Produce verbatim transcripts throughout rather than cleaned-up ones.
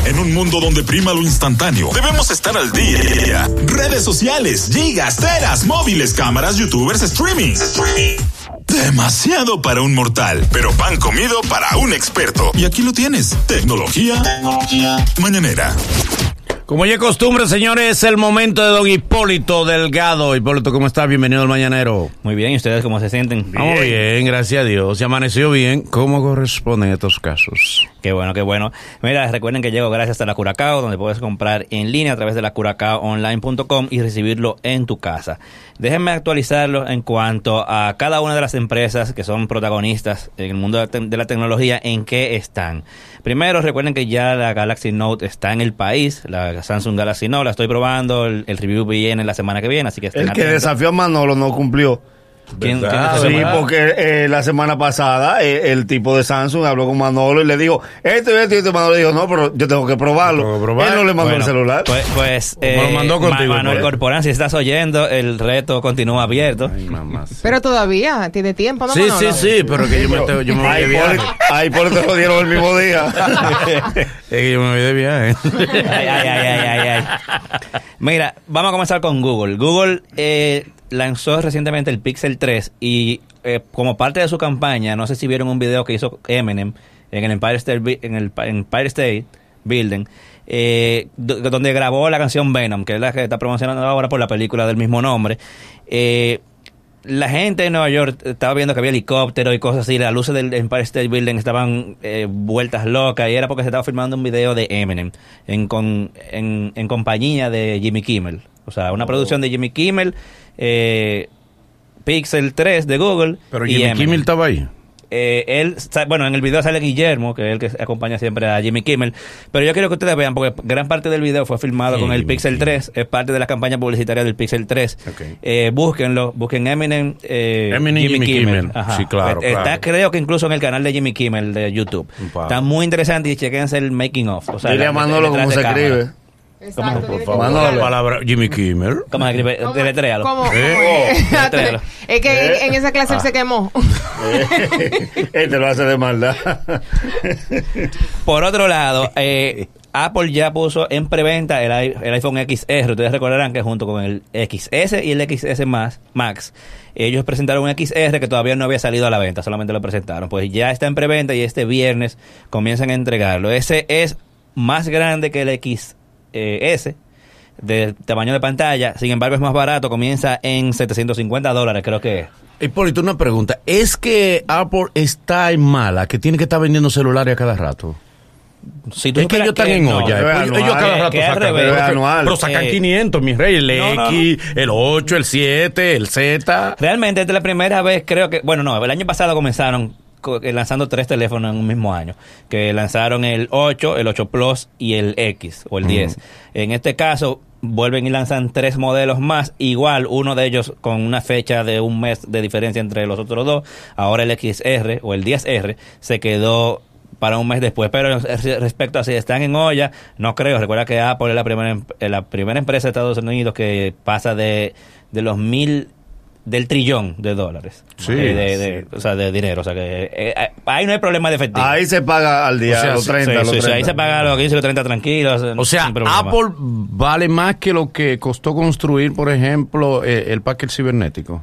En un mundo donde prima lo instantáneo, debemos estar al día. Redes sociales, gigas, teras, móviles, cámaras, youtubers, streaming. Demasiado para un mortal, pero pan comido para un experto. Y aquí lo tienes, tecnología, tecnología mañanera. Como ya es costumbre, señores, es el momento de don Hipólito Delgado. Hipólito, ¿cómo estás? Bienvenido al Mañanero. Muy bien, ¿y ustedes cómo se sienten? Vamos bien, bien, gracias a Dios. Se amaneció bien. ¿Cómo corresponden estos casos? Qué bueno, qué bueno. Mira, recuerden que llego gracias a la Curacao, donde puedes comprar en línea a través de la curacao online punto com y recibirlo en tu casa. Déjenme actualizarlo en cuanto a cada una de las empresas que son protagonistas en el mundo de, te- de la tecnología, en qué están. Primero, recuerden que ya la Galaxy Note está en el país, la Samsung Galaxy Note, la estoy probando, el, el review viene la semana que viene, así que estén El que atentos. desafió a Manolo no cumplió. ¿Quién, quién ¿Verdad? es Sí, ese? porque eh, la semana pasada eh, el tipo de Samsung habló con Manolo y le dijo, esto y esto y esto. Manolo dijo, no, pero yo tengo que probarlo. Tengo que probar. Él no le mandó Bueno, el celular. Pues, pues Me lo mandó contigo, Ma- Manuel pues. Corporán, si estás oyendo, el reto continúa abierto. Ay, mamá. Pero todavía tiene tiempo, ¿no? Sí, Manolo? sí, sí, pero que yo me, tengo- yo me voy Ahí de por, viaje. ahí por te lo dieron el mismo día. Es que yo me voy de viaje. Ay, ay, ay, ay, ay, ay. Mira, vamos a comenzar con Google. Google eh, lanzó recientemente el Pixel tres y eh, como parte de su campaña, no sé si vieron un video que hizo Eminem en el Empire State, Bi- en el Pa- Empire State Building, eh, do- donde grabó la canción Venom, que es la que está promocionando ahora por la película del mismo nombre. Eh, La gente de Nueva York estaba viendo que había helicópteros y cosas así. Las luces del Empire State Building estaban eh, vueltas locas. Y era porque se estaba filmando un video de Eminem en, con, en, en compañía de Jimmy Kimmel. O sea, una Oh. producción de Jimmy Kimmel, eh, Pixel tres de Google. Pero y Jimmy Eminem. Kimmel estaba ahí. Eh, él, sa- bueno, en el video sale Guillermo, que es el que acompaña siempre a Jimmy Kimmel. Pero yo quiero que ustedes vean, porque gran parte del video fue filmado Sí, con el Jimmy Pixel Kimmel. tres. Es parte de la campaña publicitaria del Pixel tres. Ok. Eh, búsquenlo, busquen Eminem, eh, Eminem, Jimmy Kimmel. Ajá. Sí, claro, Está claro. creo que incluso en el canal de Jimmy Kimmel de YouTube. Wow. Está muy interesante y chequense el making of. O sea, Dile la- a Manolo detrás cómo de se cámara. escribe. Exacto, Por tiene favor, que Manolo. la buscarlo. palabra Jimmy Kimmel. ¿Cómo se escribe? ¿Cómo? Deletréalo. ¿Cómo? ¿Eh? ¿Cómo? Deletréalo. Es que en esa clase Ah. él se quemó. Este lo hace de maldad. Por otro lado, eh, Apple ya puso en preventa el, i- el iPhone X R. Ustedes recordarán que junto con el X S y el X S más, Max, ellos presentaron un X R que todavía no había salido a la venta, solamente lo presentaron. Pues ya está en preventa y este viernes comienzan a entregarlo. Ese es más grande que el X S, de tamaño de pantalla, sin embargo es más barato, comienza en setecientos cincuenta dólares, creo que es. Hipólito, una pregunta. ¿Es que Apple está en mala, que tiene que estar vendiendo celulares a cada rato? Si tú Es que supieras ellos están en no, olla. pero es Ellos, ellos a cada anual, rato que es al sacan. revés. Pero, Es anual. pero sacan Eh, quinientos, mi rey. El no, no, X, el ocho, el siete, el Z. Realmente esta es la primera vez, creo que, bueno, no, el año pasado comenzaron co- eh, lanzando tres teléfonos en un mismo año, que lanzaron el ocho, el ocho Plus y el X o el diez. En este caso vuelven y lanzan tres modelos más, igual uno de ellos con una fecha de un mes de diferencia entre los otros dos. Ahora el X R o el diez R se quedó para un mes después, pero respecto a si están en olla, no creo. Recuerda que Apple es la primera em- eh, la primera empresa de Estados Unidos que pasa de, de los mil del trillón de dólares. Sí, Eh, de, de- o sea, de dinero. O sea, que eh, eh, ahí no hay problema de efectivo. Ahí se paga al día, O sea, los sí, treinta, Sí, los sí, sí, treinta. ahí se paga los quince y los treinta tranquilos. eh, O sea, sin problema. Apple vale más que lo que costó construir, por ejemplo, eh, el parque cibernético.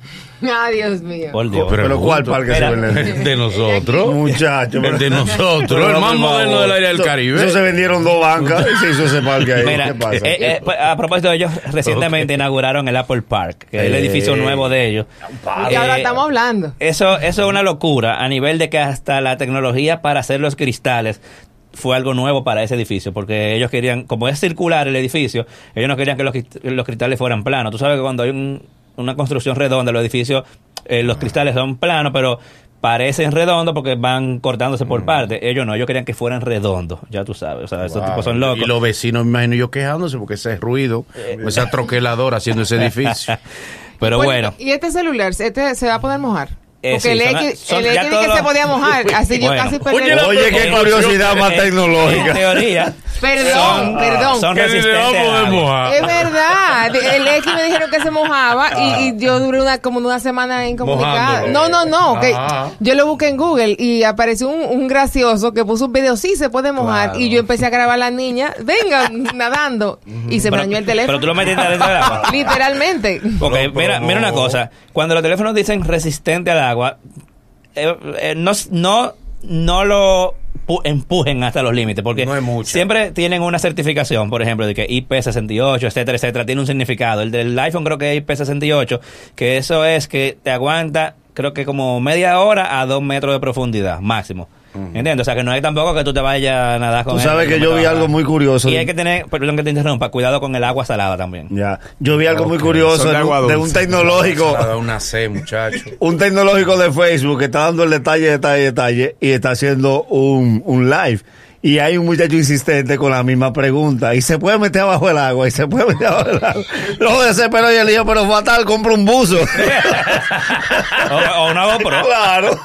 Ay, Dios mío. Por Dios. Pero ¿cuál parque Mira, cibernético? De nosotros. Muchacho. El de nosotros, Pero el no, más por moderno favor. del área del Eso- Caribe. Eso se vendieron dos bancas y se hizo ese parque ahí. Mira, ¿Qué pasa? eh, eh, pues, a propósito, ellos recientemente inauguraron el Apple Park, que es el Eh, edificio nuevo de ellos. Y ahora Eh, estamos hablando. Eso, eso es una locura a nivel de que hasta la tecnología para hacer los cristales fue algo nuevo para ese edificio, porque ellos querían, como es circular el edificio, ellos no querían que los, crist- los cristales fueran planos. Tú sabes que cuando hay un- una construcción redonda, los edificios, eh, los cristales son planos, pero parecen redondos porque van cortándose por partes. Ellos no, ellos querían que fueran redondos, ya tú sabes. O sea, esos Wow. tipos son locos. Y los vecinos, me imagino yo, quejándose porque ese ruido, esa troqueladora haciendo ese edificio. Pero bueno. ¿Y este celular, este se va a poder mojar? Eh, Porque sí, el son- X, son el ya X todos que se los- podía mojar. Así yo Bueno. casi Oye, perdí. la- Oye, qué En- curiosidad más en- tecnológica. En teoría. Perdón, son, perdón. Son Que ni le resistentes vamos al a agua. mojar. Es verdad. El X me dijeron que se mojaba y, y yo duré una, como una semana incomunicada. Mojándolo. No, no, no. Que Ah. yo lo busqué en Google y apareció un, un gracioso que puso un video. Sí, se puede mojar. Claro. Y yo empecé a grabar a la niña. Vengan, nadando. Y se me Pero- dañó el Pero teléfono. tú lo metiste dentro del agua. Literalmente. Porque Pero- mira, pero mira una no. cosa, cuando los teléfonos dicen resistente al agua, eh, eh, no, no, no lo pu- empujen hasta los límites, porque No es mucho. siempre tienen una certificación, por ejemplo, de que I P sesenta y ocho, etcétera, etcétera, tiene un significado. El del iPhone creo que es I P sesenta y ocho, que eso es que te aguanta, creo que como media hora a dos metros de profundidad, máximo. ¿Entiendes? O sea, que no hay tampoco que tú te vayas a nadar con Tú él, sabes que no yo te vi vas a algo nadar. muy curioso. Y hay que tener, perdón que te interrumpa, cuidado con el agua salada también. Ya. Yo vi algo muy Ok, curioso son de de, agua un- de dulce. un tecnológico. Se la da una C, muchacho. Un tecnológico de Facebook que está dando el detalle, detalle, detalle y está haciendo un, un live. Y hay un muchacho insistente con la misma pregunta. Y se puede meter abajo el agua. Y se puede meter abajo el agua. Lo desesperó y él dijo, pero fatal, compra un buzo. o, o una GoPro. Claro.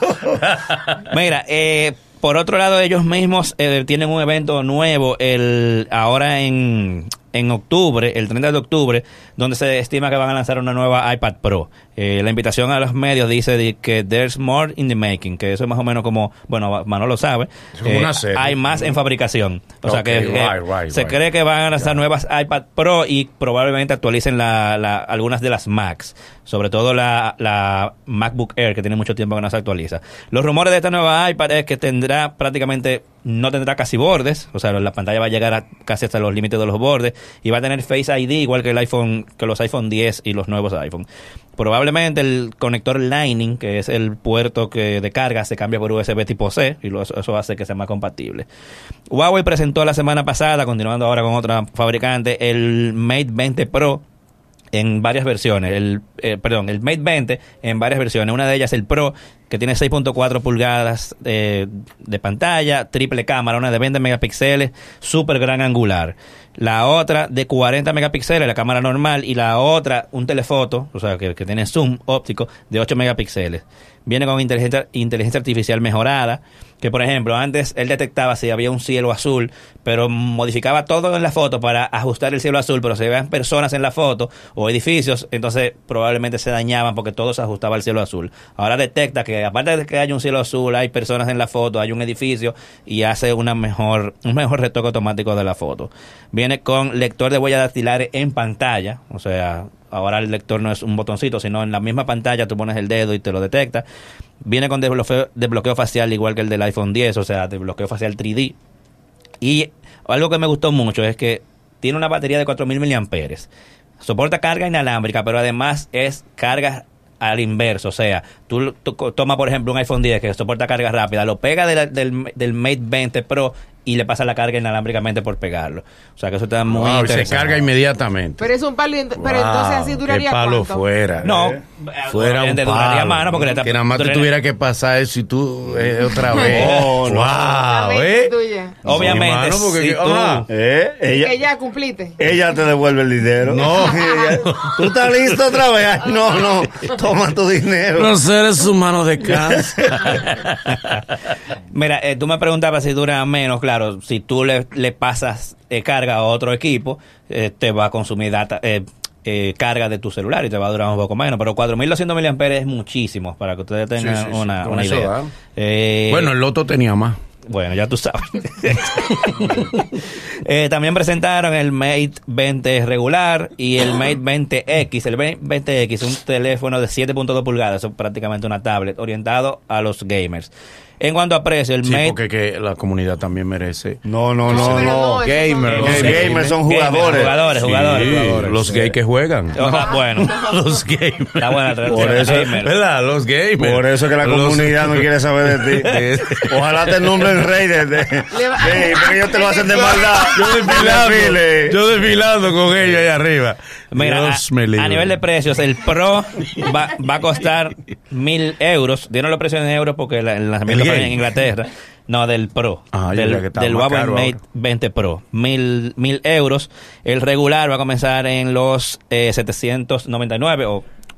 Mira, eh, por otro lado, ellos mismos eh, tienen un evento nuevo el ahora en, en octubre, el treinta de octubre, donde se estima que van a lanzar una nueva iPad Pro. Eh, la invitación a los medios dice de que there's more in the making, que eso es más o menos como, bueno, Manolo sabe, Es como una serie. hay más en fabricación. O sea Ok, que right, eh, right, se right. cree que van a lanzar nuevas iPad Pro y probablemente actualicen la, la- algunas de las Macs, sobre todo la, la MacBook Air, que tiene mucho tiempo que no se actualiza. Los rumores de esta nueva iPad es que tendrá prácticamente, no tendrá casi bordes, o sea, la pantalla va a llegar a casi hasta los límites de los bordes y va a tener Face I D igual que el iPhone, que los iPhone diez y los nuevos iPhone. Probablemente el conector Lightning, que es el puerto que de carga, se cambia por U S B tipo C y lo- eso hace que sea más compatible. Huawei presentó la semana pasada, continuando ahora con otra fabricante, el Mate veinte Pro en varias versiones, el eh, perdón, el Mate veinte en varias versiones. Una de ellas el Pro, que tiene seis punto cuatro pulgadas eh, de pantalla, triple cámara, una de veinte megapíxeles, super gran angular. La otra de cuarenta megapíxeles, la cámara normal, y la otra un telefoto, o sea, que, que tiene zoom óptico de ocho megapíxeles. Viene con inteligencia, inteligencia artificial mejorada, que por ejemplo, antes él detectaba si había un cielo azul, pero modificaba todo en la foto para ajustar el cielo azul, pero se veían personas en la foto o edificios, entonces probablemente se dañaban porque todo se ajustaba al cielo azul. Ahora detecta que aparte de que haya un cielo azul, hay personas en la foto, hay un edificio y hace una mejor, un mejor retoque automático de la foto. Viene con lector de huellas dactilares en pantalla, o sea, ahora el lector no es un botoncito, sino en la misma pantalla tú pones el dedo y te lo detecta. Viene con desbloqueo, desbloqueo facial igual que el del iPhone diez, o sea, desbloqueo facial tres D. Y algo que me gustó mucho es que tiene una batería de cuatro mil miliamperios. Soporta carga inalámbrica, pero además es carga al inverso. O sea, tú, tú tomas, por ejemplo, un iPhone diez que soporta carga rápida, lo pega de la- del, del Mate veinte Pro y le pasa la carga inalámbricamente por pegarlo. O sea, que eso está muy Wow, y se interesante. carga inmediatamente. Pero es un palo. Pero Wow, entonces así duraría qué palo cuánto. fuera. No, eh. Fuera un obviamente duraría palo. más, ¿no? Porque le está- que nada más te duraría- tuviera que pasar eso y tú eh, otra vez. No, no. Wow, La mente ¿eh? tuya. Obviamente, Sí, mano, porque si que- tú- ajá. Eh, ella, Que ya cumpliste. ella te devuelve el dinero. No. Ella- ¿Tú estás listo otra vez? Ay, no, no. Toma tu dinero. Los seres humanos de casa. Mira, eh, tú me preguntabas si dura menos. Claro, si tú le, le pasas eh, carga a otro equipo, eh, te va a consumir data, eh, eh, carga de tu celular y te va a durar un poco menos. Pero cuatro mil doscientos miliamperios es muchísimo, para que ustedes tengan Sí, sí, sí, una, con una eso idea. da. Eh, Bueno, el Loto tenía más. Bueno, ya tú sabes. Eh, también presentaron el Mate veinte regular y el Mate veinte X. El Mate veinte X es un teléfono de siete punto dos pulgadas, eso es prácticamente una tablet, orientado a los gamers. En cuanto a precio, el Sí, Mate... porque que la comunidad también merece. No, no, no, pero no. no, esos son- Gamer, Los los gamers son Gamers, jugadores. jugadores, Sí, jugadores, jugadores. los gays que juegan. Ojalá- bueno, Los gamers. está buena la traducción, Por eso- gamer. ¿Verdad? Los gamers. Por eso que la Los- comunidad no quiere saber de ti. Ojalá te nombren rey de... de, Le va- Sí, porque ellos te lo hacen de maldad. Yo desfilando, Desfile. yo desfilando con ellos ahí arriba. Mira, Dios a, me libre. a nivel de precios, el Pro va, va a costar mil euros. Dieron los precios en euros porque la- el lanzamiento ¿El fue game? en Inglaterra. No, del Pro. Ah, yo del creía que estaba del más Huawei caro Mate ahora. veinte Pro. Mil, mil euros. El regular va a comenzar en los eh, setecientos noventa y nueve o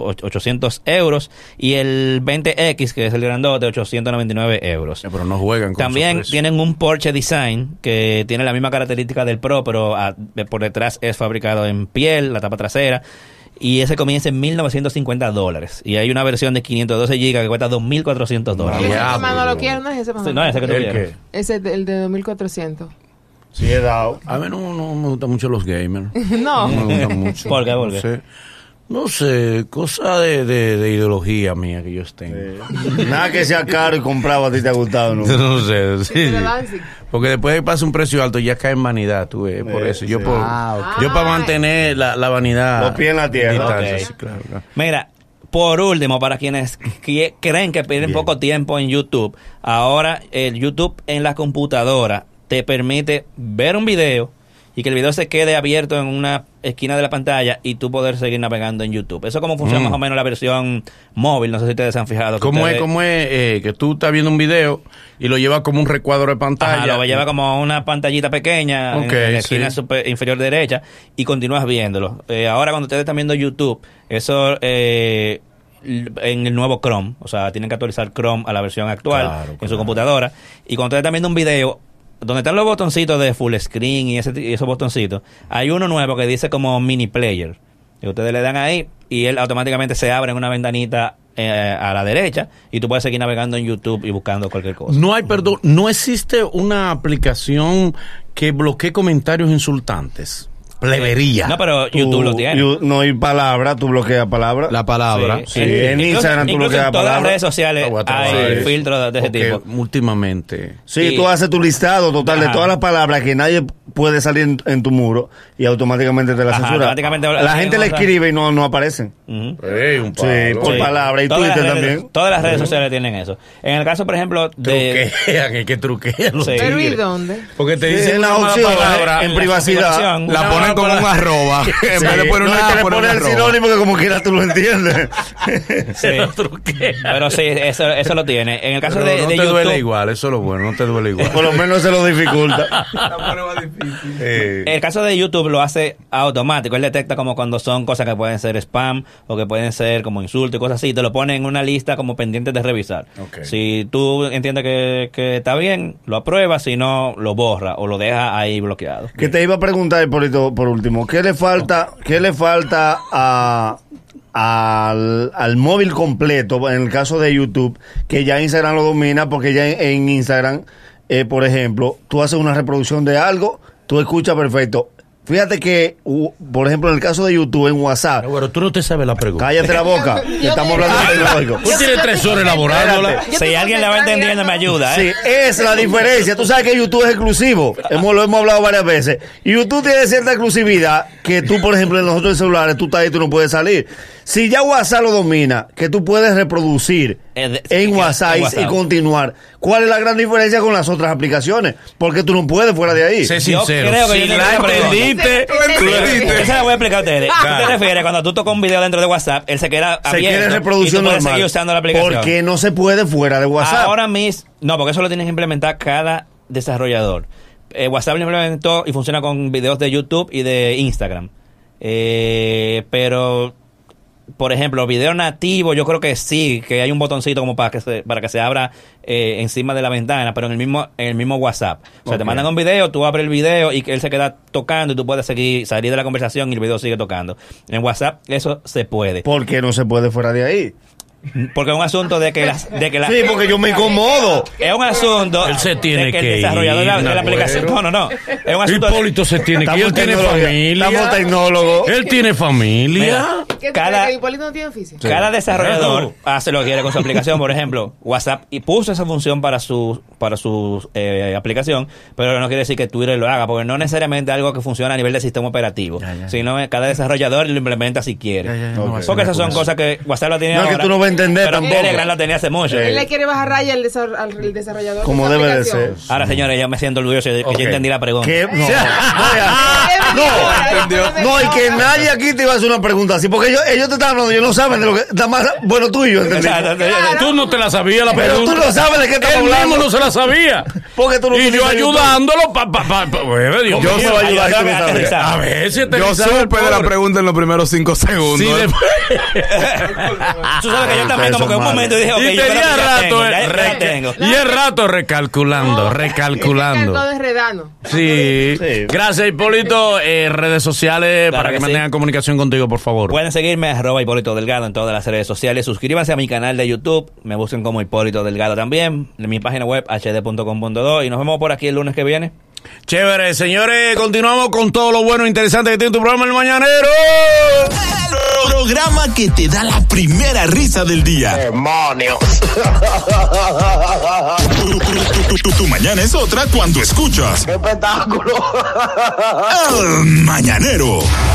ochocientos euros. Y el veinte equis, que es el grandote, ochocientos noventa y nueve euros. Eh, pero no juegan con También tienen un Porsche Design que tiene la misma característica del Pro, pero a, por detrás es fabricado en piel, la tapa trasera. Y ese comienza en mil novecientos cincuenta dólares. Y hay una versión de quinientos doce gigas que cuesta dos mil cuatrocientos dólares. Ese que más no lo quiero, no es ese más. Sí, no, ese que tú ¿El quieres. qué? Ese es el de dos mil cuatrocientos. Sí, he dado. A mí no, no me gustan mucho los gamers. No. No me gustan mucho. ¿Por qué? ¿Por No qué? sé. No sé, cosa de, de, de ideología mía que yo tengo. Eh, Nada que sea caro y comprado a ti te ha gustado, ¿no? No sé, sí, Pero sí. Danzig. Porque después de pasa un precio alto ya cae en vanidad, tú ves, por Eh, eso. Yo, sí. por, Ah, ok. yo para mantener la, la vanidad. Los pies en la tierra. distancia, Ok. sí, claro, claro. Mira, por último, para quienes qui- creen que pierden Bien. poco tiempo en YouTube, ahora el YouTube en la computadora te permite ver un video y que el video se quede abierto en una esquina de la pantalla y tú poder seguir navegando en YouTube. Eso es como funciona Mm. más o menos la versión móvil, no sé si ustedes se han fijado. que ¿Cómo es, ustedes- cómo es eh, que tú estás viendo un video y lo llevas como un recuadro de pantalla? Ajá, lo lleva como una pantallita pequeña Ok, en la esquina sí. super- inferior derecha y continúas viéndolo. Eh, ahora cuando ustedes están viendo YouTube, eso eh, l- en el nuevo Chrome, o sea, tienen que actualizar Chrome a la versión actual Claro, en claro. su computadora. Y cuando ustedes están viendo un video, donde están los botoncitos de full screen y, ese, y esos botoncitos, hay uno nuevo que dice como mini player. Y ustedes le dan ahí y él automáticamente se abre en una ventanita eh, a la derecha y tú puedes seguir navegando en YouTube y buscando cualquier cosa. No hay perdón, no existe una aplicación que bloquee comentarios insultantes. Plebería. No, pero Tú- YouTube lo tiene. you- no hay palabra, tú bloqueas palabra. La palabra. Sí, en Incluso- Instagram tú incluso bloqueas en todas las palabras. redes sociales Ah, voy a trabajar hay eso. filtros de ese Porque tipo. últimamente. Sí, Y- tú haces tu listado total de Ajá. todas las palabras que nadie puede salir en, en tu muro y automáticamente te la Ajá, censura. automáticamente la la- gente le la- escribe y no, no aparecen. Ujú. Ey, un Sí, por Sí. palabra. Y Todas las Twitter redes- también. Todas las redes sociales tienen eso. En el caso, por ejemplo, de... Truquean, es que truquean los Sí. Pero ¿y tigres. dónde? Porque te Sí, dicen en una las mala opciones, palabra, en la privacidad. configuración, la una ponen mala con un palabra. arroba. En Sí, vez de poner no, una es A, que le ponen ponen un el arroba. sinónimo que como quiera tú lo entiendes. Sí. Pero sí, eso, eso lo tiene. En el caso Pero de, no de te YouTube... duele igual, eso es lo bueno, no te duele igual. Por lo menos se lo dificulta. Eh, El caso de YouTube lo hace automático. Él detecta como cuando son cosas que pueden ser spam o que pueden ser como insultos y cosas así. Te lo pone en una lista como pendiente de revisar. Ok. Si tú entiendes que, que está bien, lo aprueba. Si no, lo borra o lo deja ahí bloqueado. Que te iba a preguntar, Hipólito, por último, ¿qué le falta, qué le falta a, al, al móvil completo, en el caso de YouTube, que ya Instagram lo domina, porque ya en, en Instagram, eh, por ejemplo, tú haces una reproducción de algo, tú escuchas perfecto. Fíjate que, u- por ejemplo, en el caso de YouTube, en WhatsApp, Bueno, tú no te sabes la pregunta. cállate la boca, que estamos hablando de tecnológico. Tú tienes tres horas elaborándola. Yo Si te alguien la va concentré entendiendo, me ayuda. Sí, ¿eh? es la diferencia. Tú sabes que YouTube es exclusivo. Hemos, lo hemos hablado varias veces. Y YouTube tiene cierta exclusividad que tú, por ejemplo, en los otros celulares, tú estás ahí y tú no puedes salir. Si ya WhatsApp lo domina, que tú puedes reproducir Eh, de- en WhatsApp, en y- WhatsApp. y continuar, ¿cuál es la gran diferencia con las otras aplicaciones? Porque tú no puedes fuera de ahí. Sé Yo sincero. creo que si yo tengo la una pregunta. entendiste, tú Sí. entendiste. Esa la voy a explicar a ustedes. ¿Tú Claro. te refieres cuando tú tocas un video dentro de WhatsApp, él se queda Se abierto quiere y reproducción tú puedes normal. seguir usando la aplicación? Porque no se puede fuera de WhatsApp. Ahora mismo, no, porque eso lo tienes que implementar cada desarrollador. Eh, WhatsApp lo implementó y funciona con videos de YouTube y de Instagram. Eh, pero, por ejemplo, video nativo, yo creo que sí, que hay un botoncito como para que se, para que se abra eh, encima de la ventana, pero en el mismo en el mismo WhatsApp. O sea, te Ok. mandan un video, tú abres el video y que él se queda tocando y tú puedes seguir salir de la conversación y el video sigue tocando. En WhatsApp eso se puede. Porque no se puede fuera de ahí. Porque es un asunto de que las de que la, Sí, porque yo me incomodo. es un asunto Él se tiene de que el que desarrollador de la, ir, de la aplicación Nagüero. no, no, no. Es un asunto de- Hipólito se tiene que ir. Él tiene tecnología, familia. Estamos tecnólogos. Él tiene familia. Mira, ¿Qué tú Cada- crees que Hipólito no tiene oficio? Cada desarrollador Claro. hace lo que quiere con su aplicación. Por ejemplo, WhatsApp y puso esa función para su para su eh, aplicación, pero no quiere decir que Twitter lo haga, porque no necesariamente algo que funciona a nivel de sistema operativo, Ya, ya. sino que cada desarrollador lo implementa si quiere. Ya, ya, ya, no Ok. va a ser Porque esas una son cosa. cosas que WhatsApp lo tiene No, es que ahora, tú no vas a entender pero tampoco. Telegram lo tenía hace mucho. Él le quiere bajar raya al, desar- al desarrollador. Como de esa debe de aplicación. ser. Ahora, señores, yo me siento orgulloso de que Ok. yo entendí la pregunta. ¿Qué? No. Es No, no, y que nadie aquí te iba a hacer una pregunta así, porque ellos, ellos te están hablando, ellos no saben de lo que. Nada más, bueno, tú y yo entendí. Tú no te la sabías la Pero pregunta. tú no sabes de qué estamos Él mismo hablando. no se la sabía. Porque tú no Y yo utilizas YouTube. ayudándolo pa, pa, pa, pa, bueno, Dios Yo mío. se voy a ayudar y tú no sabes. A ver si te Yo supe de la pregunta en los primeros cinco segundos. Sí, ¿eh? Tú sabes que yo también como que en un momento dije, ok, y yo creo que tenía ya rato, tengo, eh, ya- ya re- tengo. y el rato recalculando, Todo recalculando. de redano. Sí. Sí. Gracias, Hipólito. Eh, redes sociales Claro para que, que sí. mantengan comunicación contigo, por favor. Pueden seguirme arroba Hipólito Delgado en todas las redes sociales. Suscríbanse a mi canal de YouTube. Me busquen como Hipólito Delgado también. En mi página web h d punto com punto do. Y nos vemos por aquí el lunes que viene. Chévere, señores. Continuamos con todo lo bueno e interesante que tiene tu programa El Mañanero. El programa que te da la primera risa del día. ¡Demonios! Tu, tu, tu, tu, tu mañana es otra cuando escuchas ¡Qué espectáculo! El Mañanero.